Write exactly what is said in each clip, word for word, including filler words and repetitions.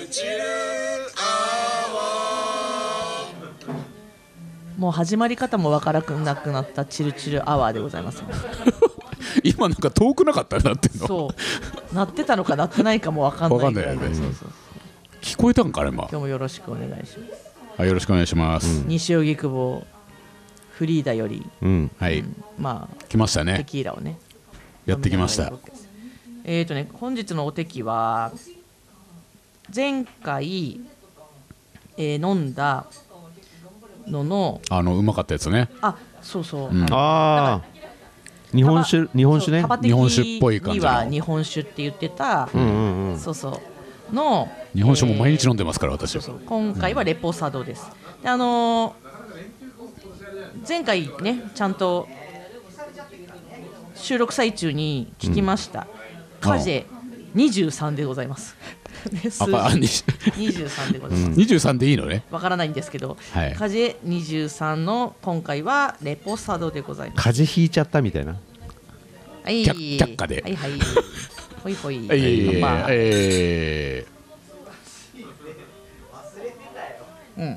ルチルアワー。 もう始まり方もわからなくなったチルチルアワーでございます。 今なんか遠くなかったなってんの。 そう鳴ってたのか鳴ってないかもわかんないぐらいで、 わかんないよね。 そうそう聞こえたんかな今。 今日もよろしくお願いします。 はい、よろしくお願いします。 うん、西荻窪フリーダより、 うん、はい、うん、 まあ来ましたね。 テキーラをねやってきました。 えーとね本日のおテキは前回、えー、飲んだののあのうまかったやつね。 あそうそう、 うん、 ああ日本酒日本酒ね日本酒っぽい感じの。 は日本酒って言ってた、 うんうんうん、 そうそうの日本酒も毎日飲んでますから、えー、私。 そうそう今回はレポサドです。であのー、前回ねちゃんと収録最中に聞きました、うん、カジェにじゅうさんでございますあにじゅうさんでございます。 にじゅうさんでいいのね。 わからないんですけど、 はい、 カジェにじゅうさんの今回はレポサドでございます。 風邪ひいちゃったみたいな。 はい、 却下で。 はいはい。ほいほい。 えーまあ、えー、うん。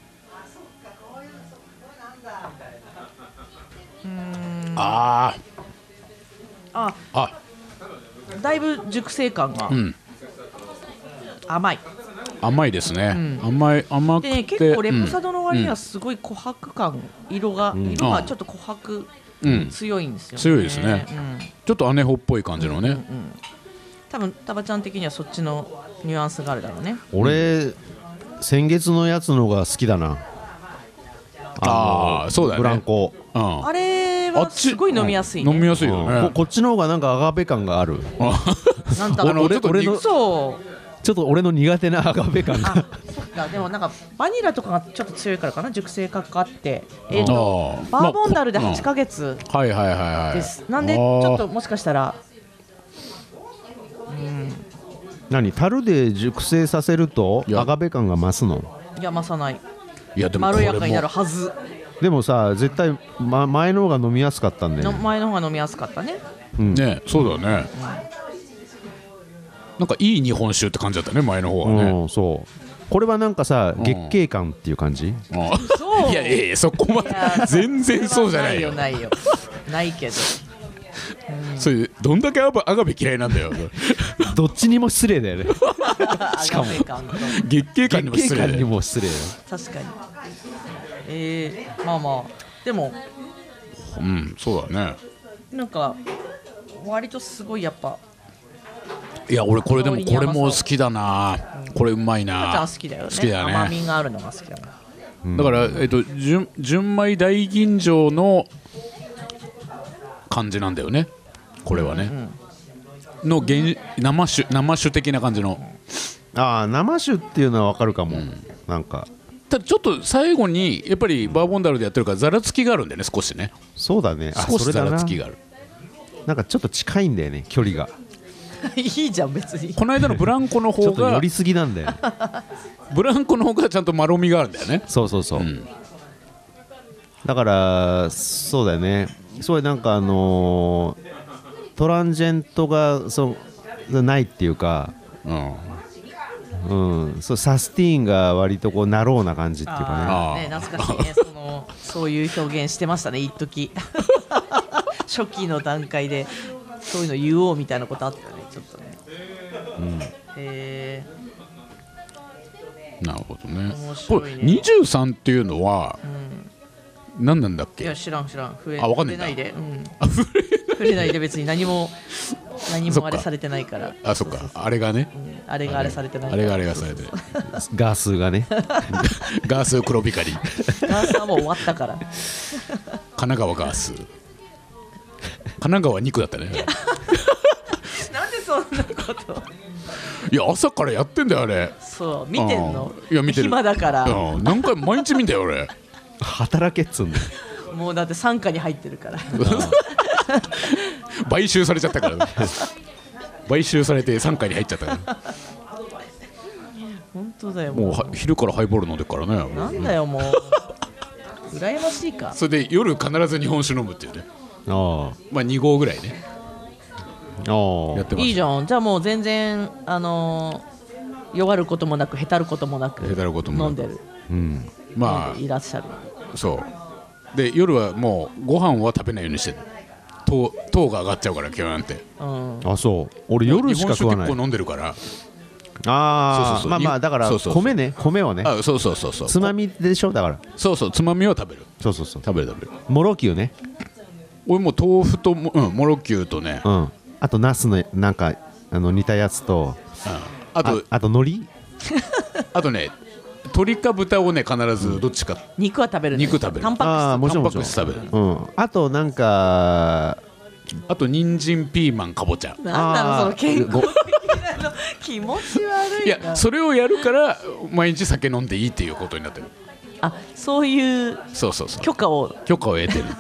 うーん。 ああ。 あ。 だいぶ熟成感が。うん。甘い。 甘いですね。うん、甘い甘くて、ね、 結構レポサドの割にはすごい琥珀感、うん、色が色がちょっと琥珀、うん、強いんですよね。 強いですね。うん、ちょっと姉穂っぽい感じのね。うんうんうん、 多分タバちゃん的にはそっちのニュアンスがあるだろうね。 俺先月のやつのが好きだな。 ああそうだね。 ブランコ。 うん、あれはすごい飲みやすい、ね。 飲みやすいよね。 こ, こっちの方がなんかアガベ感がある。 なんだろう。 俺俺のそうちょっと俺の苦手なアガベ感が。 そっかでもなんかバニラとかがちょっと強いからかな熟成がかかって、えー、とバーボンダルではちかげつです。 はいはいはいはい。 なんでちょっともしかしたら、 うん、何樽で熟成させるとアガベ感が増すの？ いや増さない。 いやでもまろやかになるはず。 でもさ絶対、ま、前の方が飲みやすかったんだよね。 前の方が飲みやすかったね。 うん、ねそうだね。うんなんかいい日本酒って感じだったね前の方はね、うん、 そうこれはなんかさ、うん、月桂冠っていう感じ。 そういやいやいやそこまで全然そうじゃないよないよないよないけど、 うん、そういうどんだけアガベ嫌いなんだよどっちにも失礼だよねしかも月桂冠にも失礼にも失礼だよ。 確かにえー、まあまあでもうんそうだねなんか割とすごいやっぱいや俺これでもこれも好きだな、うん、これうまいな。 好きだよね。 好きだよね。 甘みがあるのが好きだな、 うん、だから、えっと、純, 純米大吟醸の感じなんだよねこれはね、うん、の原生酒生酒的な感じの、 うん、ああ生酒っていうのは分かるかも、うん、なんかただちょっと最後にやっぱりバーボンダルでやってるからざらつきがあるんだよね少しね。 そうだね。 少しざらつきがある。 なんかちょっと近いんだよね距離がいいじゃん別に。 この間のブランコの方がちょっと寄りすぎなんだよねブランコの方がちゃんとまろみがあるんだよね。 そうそうそう、うん、だからそうだよね。そういうなんかあのー、トランジェントがそうないっていうか、うんうん、そうサスティーンが割とこうナローな感じっていうかね。ね懐かしいねそのそういう表現してましたね一時初期の段階でそういうの言おうみたいなことあったよねちょっとね、うん、へーなるほどね。面白いね。これにじゅうさんっていうのは、うん、何なんだっけ。 いや知らん知らん触れあ分かんないんだ。 触れないで、うん、触れないで別に何も何もあれされてないから。 あそっかあれがね、 うん、あれがあれされてないから。 あれがあれがされてガースがねガース黒光りガースはもう終わったから神奈川ガース神奈川肉だったねなんでそんなこといや朝からやってんだよあれ。 そう見てんの。 いや見てる暇だから何回毎日見んだよ俺働けっつうんだよもうだって傘下に入ってるから買収されちゃったから買収されて傘下に入っちゃったから本当だよもう。もう昼からハイボール飲んでるからね。 なんだよもう羨ましいか。 それで夜必ず日本酒飲むっていうね。あまあに合ぐらいね。 あやってます。 いいじゃん。じゃあもう全然あの弱ることもなくへたることもなくへたることもなく飲んでる、 うんま飲んでいらっしゃる。 あそうで夜はもうご飯は食べないようにしてる。糖糖が上がっちゃうから今日なんて。 うんあそう俺夜しか食わない日本酒結構飲んでるから。 ああそうそうそうまあまあだからそうそうそう米ね米をねあそうそうそうそうつまみでしょだからそうそうつまみは食べるそうそうそう食べる食べる。 もろきゅうね俺もう豆腐とも、うん、もろきゅうとね、うん、 うんあとナスのなんかあの煮たやつとあとああと海苔あとね鶏か豚をね必ずどっちか、 肉は食べるね。 肉食べるタンパああク質。 タンパもちろんもちろんク質食べる。 うんあとなんかあと人参ピーマンかぼちゃ。 なんなのその健康ご的なの気持ち悪いいな。 やそれをやるから毎日酒飲んでいいっていうことになってる。 あそういうそうそうそう許可を許可を得てる。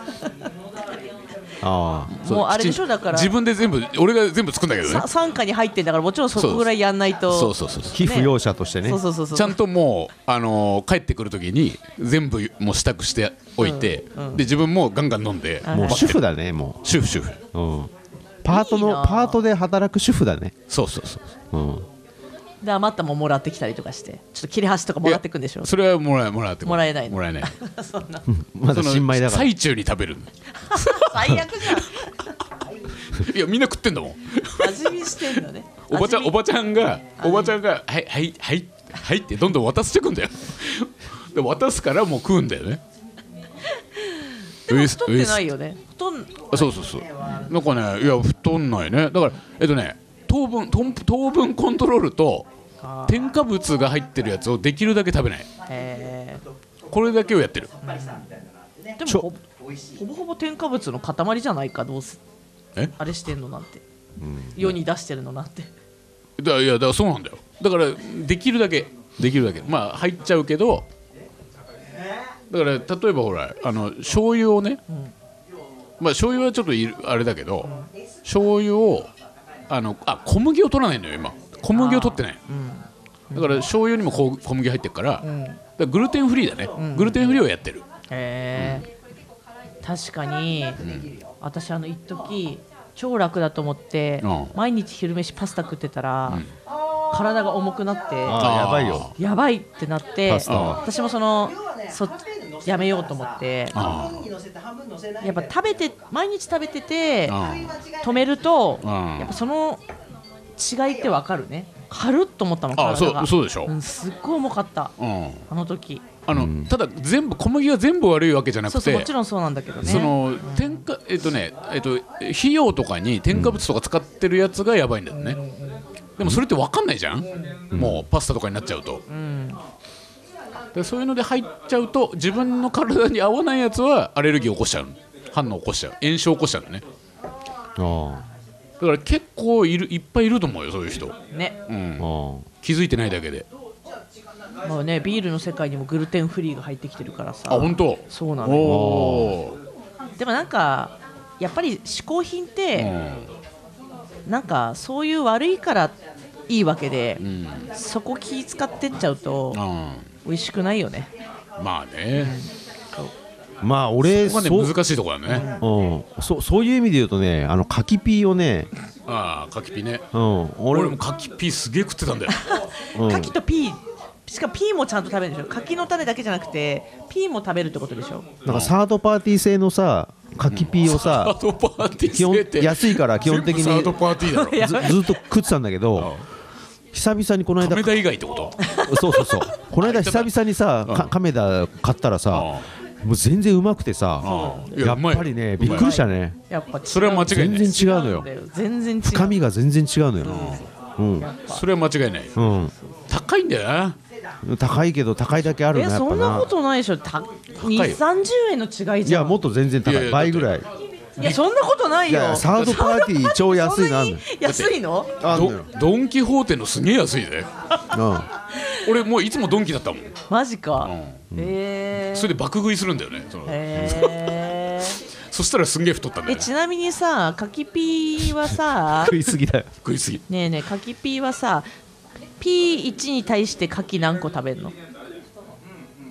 あそうもうあれでしょきちんだから自分で全部俺が全部作るんだけどね。 さ傘下に入ってんだからもちろんそこぐらいやんないと。 そうそうそうそう非扶養者としてねそうそうそうそう。 ちゃんともう、あのー帰ってくるときに全部もう支度しておいて、 うんうんで自分もガンガン飲んで、 はいもうバッて主婦だねも主婦主婦ううんパートいいなのパートで働く主婦だねそうそうそううんで余ったもんもらってきたりとかしてちょっと切れ端とかもらってくんでしょ。 それはもらえもらってもらえないのもらえないそんなまだその新米だから最中に食べる最悪じゃん。 いやみんな食ってんだもん味見してんのね。 おばちゃん味見おばちゃんがおばちゃんがはいはいはいはいってどんどん渡してくんだよで渡すからもう食うんだよね。 でも太ってないよね。太んあそうそうそうなんかねいや太んないねだからえっとね糖分糖糖分コントロールとあ添加物が入ってるやつをできるだけ食べないへこれだけをやってる。 ーでもほほぼほぼ添加物の塊じゃないかどうすえあれしてんのなんて、世に出してるのなんて。 だいやだからそうなんだよだからできるだけできるだけまあ入っちゃうけどだから例えばほらあの醤油をね、まあ醤油はちょっといるあれだけど醤油をあのあ小麦を取らないのよ今小麦を取ってないだから醤油にもこう小麦入ってるから,、だからグルテンフリーだね、グルテンフリーをやってる。 へえ、確かに、私あの一時超楽だと思って、 うん毎日昼飯パスタ食ってたら、体が重くなってあやばいよやばいってなってパスタは私もそのそやめようと思ってあやっぱ食べて毎日食べててあ止めるとうんやっぱその違いってわかるね。軽っと思ったのあ体がそうそうでしょ、 うん、すっごい重かったうんあの時。 あのただ全部小麦が全部悪いわけじゃなくてそうそうもちろんそうなんだけどね。 その添加えっとねえっと肥料とかに添加物とか使ってるやつがやばいんだよね、でもそれって分かんないじゃん、もうパスタとかになっちゃうと、 うんでそういうので入っちゃうと自分の体に合わないやつはアレルギーを起こしちゃう反応を起こしちゃう炎症を起こしちゃうのね。 あだから結構いるいっぱいいると思うよそういう人、 ね、 うんあ、 気づいてないだけで。 まあね、ビールの世界にもグルテンフリーが入ってきてるからさ。 あ本当そうなのよ。 おーでもなんかやっぱり嗜好品っうて、 んなんかそういう悪いからいいわけで、 うんそこ気使ってっちゃうとう美味しくないよね。 んまあね、 まあ俺そこがそうね難しいところだね、 うん、そそういう意味で言うとねあの柿ピーをね、 ああ柿ピーねうん、俺俺も柿ピーすげえ食ってたんだようん牡蠣とピーしかもピーもちゃんと食べるでしょ。柿の種だけじゃなくてピーも食べるってことでしょ。 なんかサードパーティー製のさ柿ピーをサーさドパーティー基本制って安いから基本的に全部サードパーティーだろやずずっと食ってたんだけど久々にこの間亀田以外ってことそうそうそうこの間久々にさか亀田買ったらさもう全然うまくてさうんいやっうまいぱりねびっくりしたねやっぱ違うそれは間違いない全然違うのよ全然違う。 深みが全然違うのようんそれは間違いないうん高いんだよな高いけど高いだけあるえなやっぱなそんなことないでしょ。たにじゅう、さんじゅうえんの違いいじゃん。 やもっと全然高いいやいや倍ぐらいいやそんなことないいよ。 やサードパーティー超安いのあんのよそんなに安いの？ ドあんのよドン・キホーテのすげえ安いぜうん俺もういつもドンキだったもんマジか。 うんへえ。 それで爆食いするんだよねそのへーそしたらすんげえ太ったんだよねえちなみにさ柿ピーはさ食いすぎだよ食いすぎねえねえ柿ピーはさ ピーいち に対して柿何個食べるの？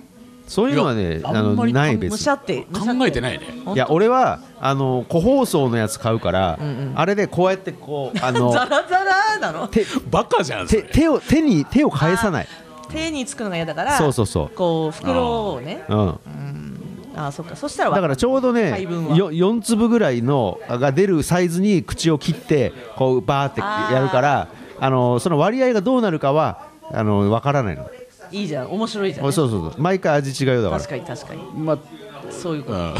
そういうのはね、 いやあのあんまりない別に。 むしゃってむしゃって考えてないね。 いや俺はあの個包装のやつ買うから、 んうんあれでこうやってこうあのザラザラなの手バカじゃんそれ。 手手を手に手を返さない。 手につくのが嫌だからそうそうそうこう袋をねうん。 ああそっかそしたらだからちょうどね配分はよよん粒ぐらいのが出るサイズに口を切ってこうバーってやるからあのその割合がどうなるかはあの分からないの。 いいじゃん面白いじゃん、ね、 そうそうそう毎回味違うよだから。 確かに確かにまあ、 そういうこと、 うん。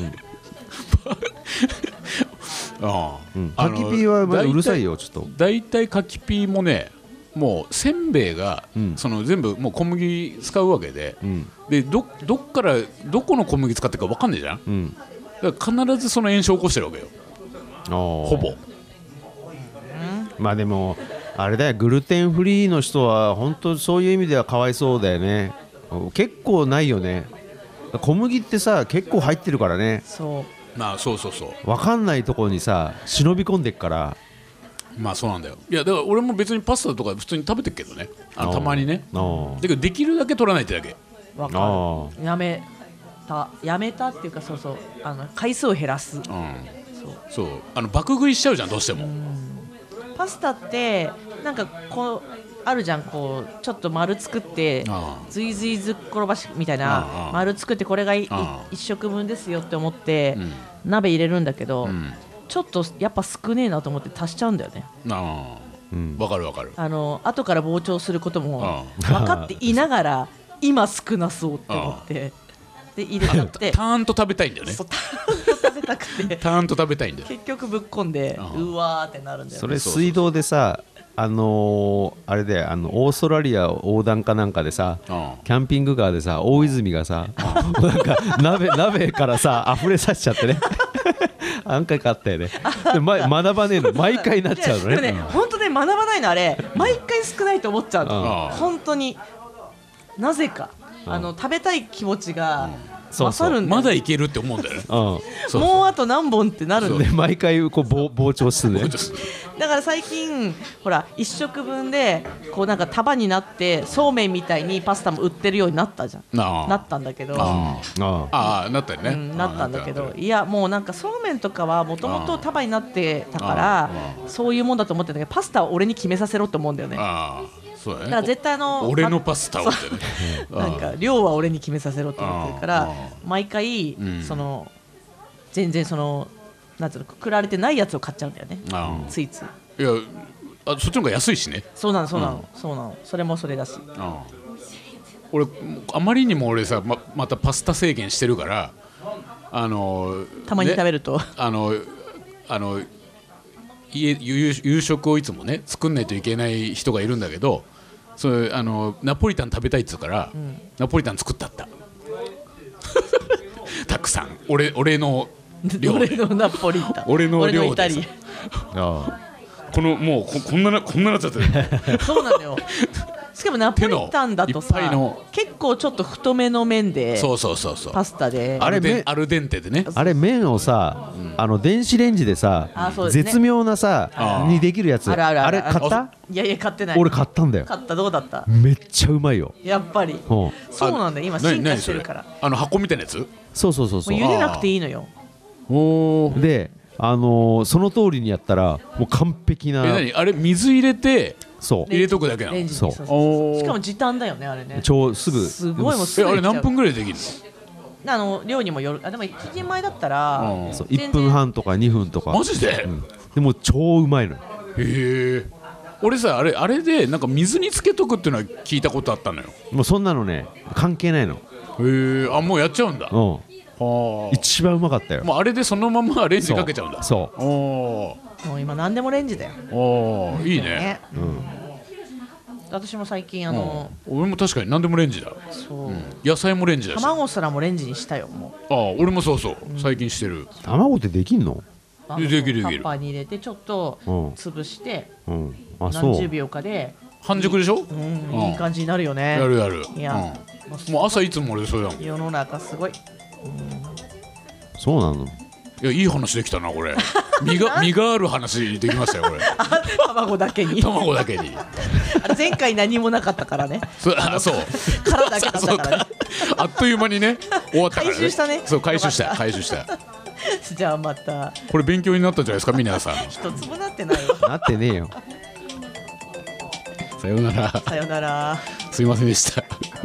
あうんあ柿ピーはまあ大体うるさいよちょっと。 大体柿ピーもね、もうせんべいが、 うんその全部もう小麦使うわけで、 うんで ど, どっからどこの小麦使ってるか分かんないじゃん。 うん。 だから必ずその炎症を起こしてるわけよ、 ほほぼ。 まあでもあれだよグルテンフリーの人は本当そういう意味ではかわいそうだよね。結構ないよね。小麦ってさ結構入ってるからね。 そうまあそうそうそう、 分かんないところにさ忍び込んでっから。 まあそうなんだよ。いやだから俺も別にパスタとか普通に食べてるけどね、あのたまにね。 あーだけどできるだけ取らないってだけ。 わあかるやめたやめたっていうかそうそうあの回数を減らすうん、 そうそうあの爆食いしちゃうじゃんどうしても。 パスタってなんかこうあるじゃんこうちょっと丸作ってああずいずいずっころばしみたいあなあ丸作ってこれがいいああ一食分ですよって思ってうん鍋入れるんだけど、 うんちょっとやっぱ少ねえなと思って足しちゃうんだよね。 あうんあわかるわかる。 あの後から膨張することもあ分かっていながら今少なそうって思ってで入れちゃってターンと食べたいんだよね。 そうた食べたくてターンと食べたいんだよ。 結局ぶっこんでああうわーってなるんだよね。 それ水道でさあのーあれであのオーストラリア横断かなんかでさあキャンピングカーでさ大泉がさなんか鍋鍋からさ溢れさせちゃってね何回かあったよね。で、ま、学ばねえの毎回なっちゃうのでもねね。 本当ね学ばないのあれ毎回少ないと思っちゃうのああ本当になぜかあの食べたい気持ちがそうそう勝るんだよまだいけるって思うんだよね。 うんそうそうもうあと何本ってなるんだよで毎回こう膨膨張するね。 だから最近ほら一食分でこうなんか束になってそうめんみたいにパスタも売ってるようになったじゃんああなったんだけどあああああなったよね。 うん、なったんだけああなったどいやもうなんかそうめんとかはもともと束になってたからあそういうもんだと思ってたけどパスタは俺に決めさせろって思うんだよねだかああそうだね。 ら絶対あの俺のパスタをってね。 なんか量は俺に決めさせろって思ってるからあ毎回んその全然そのなんつうのくくられてないやつを買っちゃうんだよねあついついあいやあそっちの方が安いしね。 そうなのそうなのそうなのそれもそれだしああ俺あまりにも俺さ ま, またパスタ制限してるからあのたまに食べる、 ると、 ね、あのあの家夕夕食をいつもね作んないといけない人がいるんだけどそれあのナポリタン食べたいっつうから、うん、ナポリタン作ったったたくさん俺俺の量俺のナポリタン俺の量でイタリあこのもう こ, こんなこんななっちゃってるアそうなのよしかもナポリタンだとさ手のいっぱいの結構ちょっと太めの麺でそうそうそうそうパスタでアルデあれンアルデンテでねあれ麺をさ、あの電子レンジでさあそうですね絶妙なさあーにできるやつあるあるあるれ買ったいやいや買ってない俺買ったんだよ。 買ったどうだっためっちゃうまいよ。 やっぱりうんそうなんだよ今進化してるからあの箱みたいなやつそうそうそうそうもう茹でなくていいのよおーで、あのーその通りにやったらもう完璧なえ何あれ水入れてそう入れとくだけなのレンジにそうそうそうおーしかも時短だよねあれね超すぐすごいもうすえあれぐできちゃう何分ぐらいできるあの量にもよるあでもいちじまえだったらのそう全然いっぷんはんとかにふんとかマジで、 うんでも超うまいのよ。 へえ俺さあれあれでなんか水につけとくっていうのは聞いたことあったのよもうそんなのね関係ないの。 へえあもうやっちゃうんだうんはあ一番うまかったよ。 もうあれでそのままレンジかけちゃうんだそうおーもう今何でもレンジだよおーいいねねそう、うん、 私も最近あのうん俺も確かに何でもレンジだそう野菜もレンジだしあ卵すらもレンジにしたよもうあ俺もそうそう最近してる卵ってできんの？ あのでできるできるタッパーに入れてちょっとうん潰してうんあそう何十秒かで半熟でしょうんうんいい感じになるよねやるやるいやうんもう朝いつも俺それだもんい世の中すごいそうなの。 やいい話できたなこれ身が身がある話できましたよこれ卵だけに卵だけにあれ前回何もなかったからねそあそう殻だけだったからねあっという間にね終わったからね。 回収したね。 そう回収しよかったた回収した。 じゃあまたこれ勉強になったんじゃないですか皆さん。 一つもなってないわ。 なってねえよ。 さようなら。 さよなら。 すいませんでした。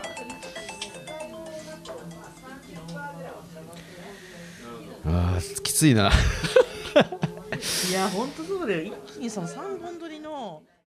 あーきついな。 いや本当そうだよ。一気にその三本撮りの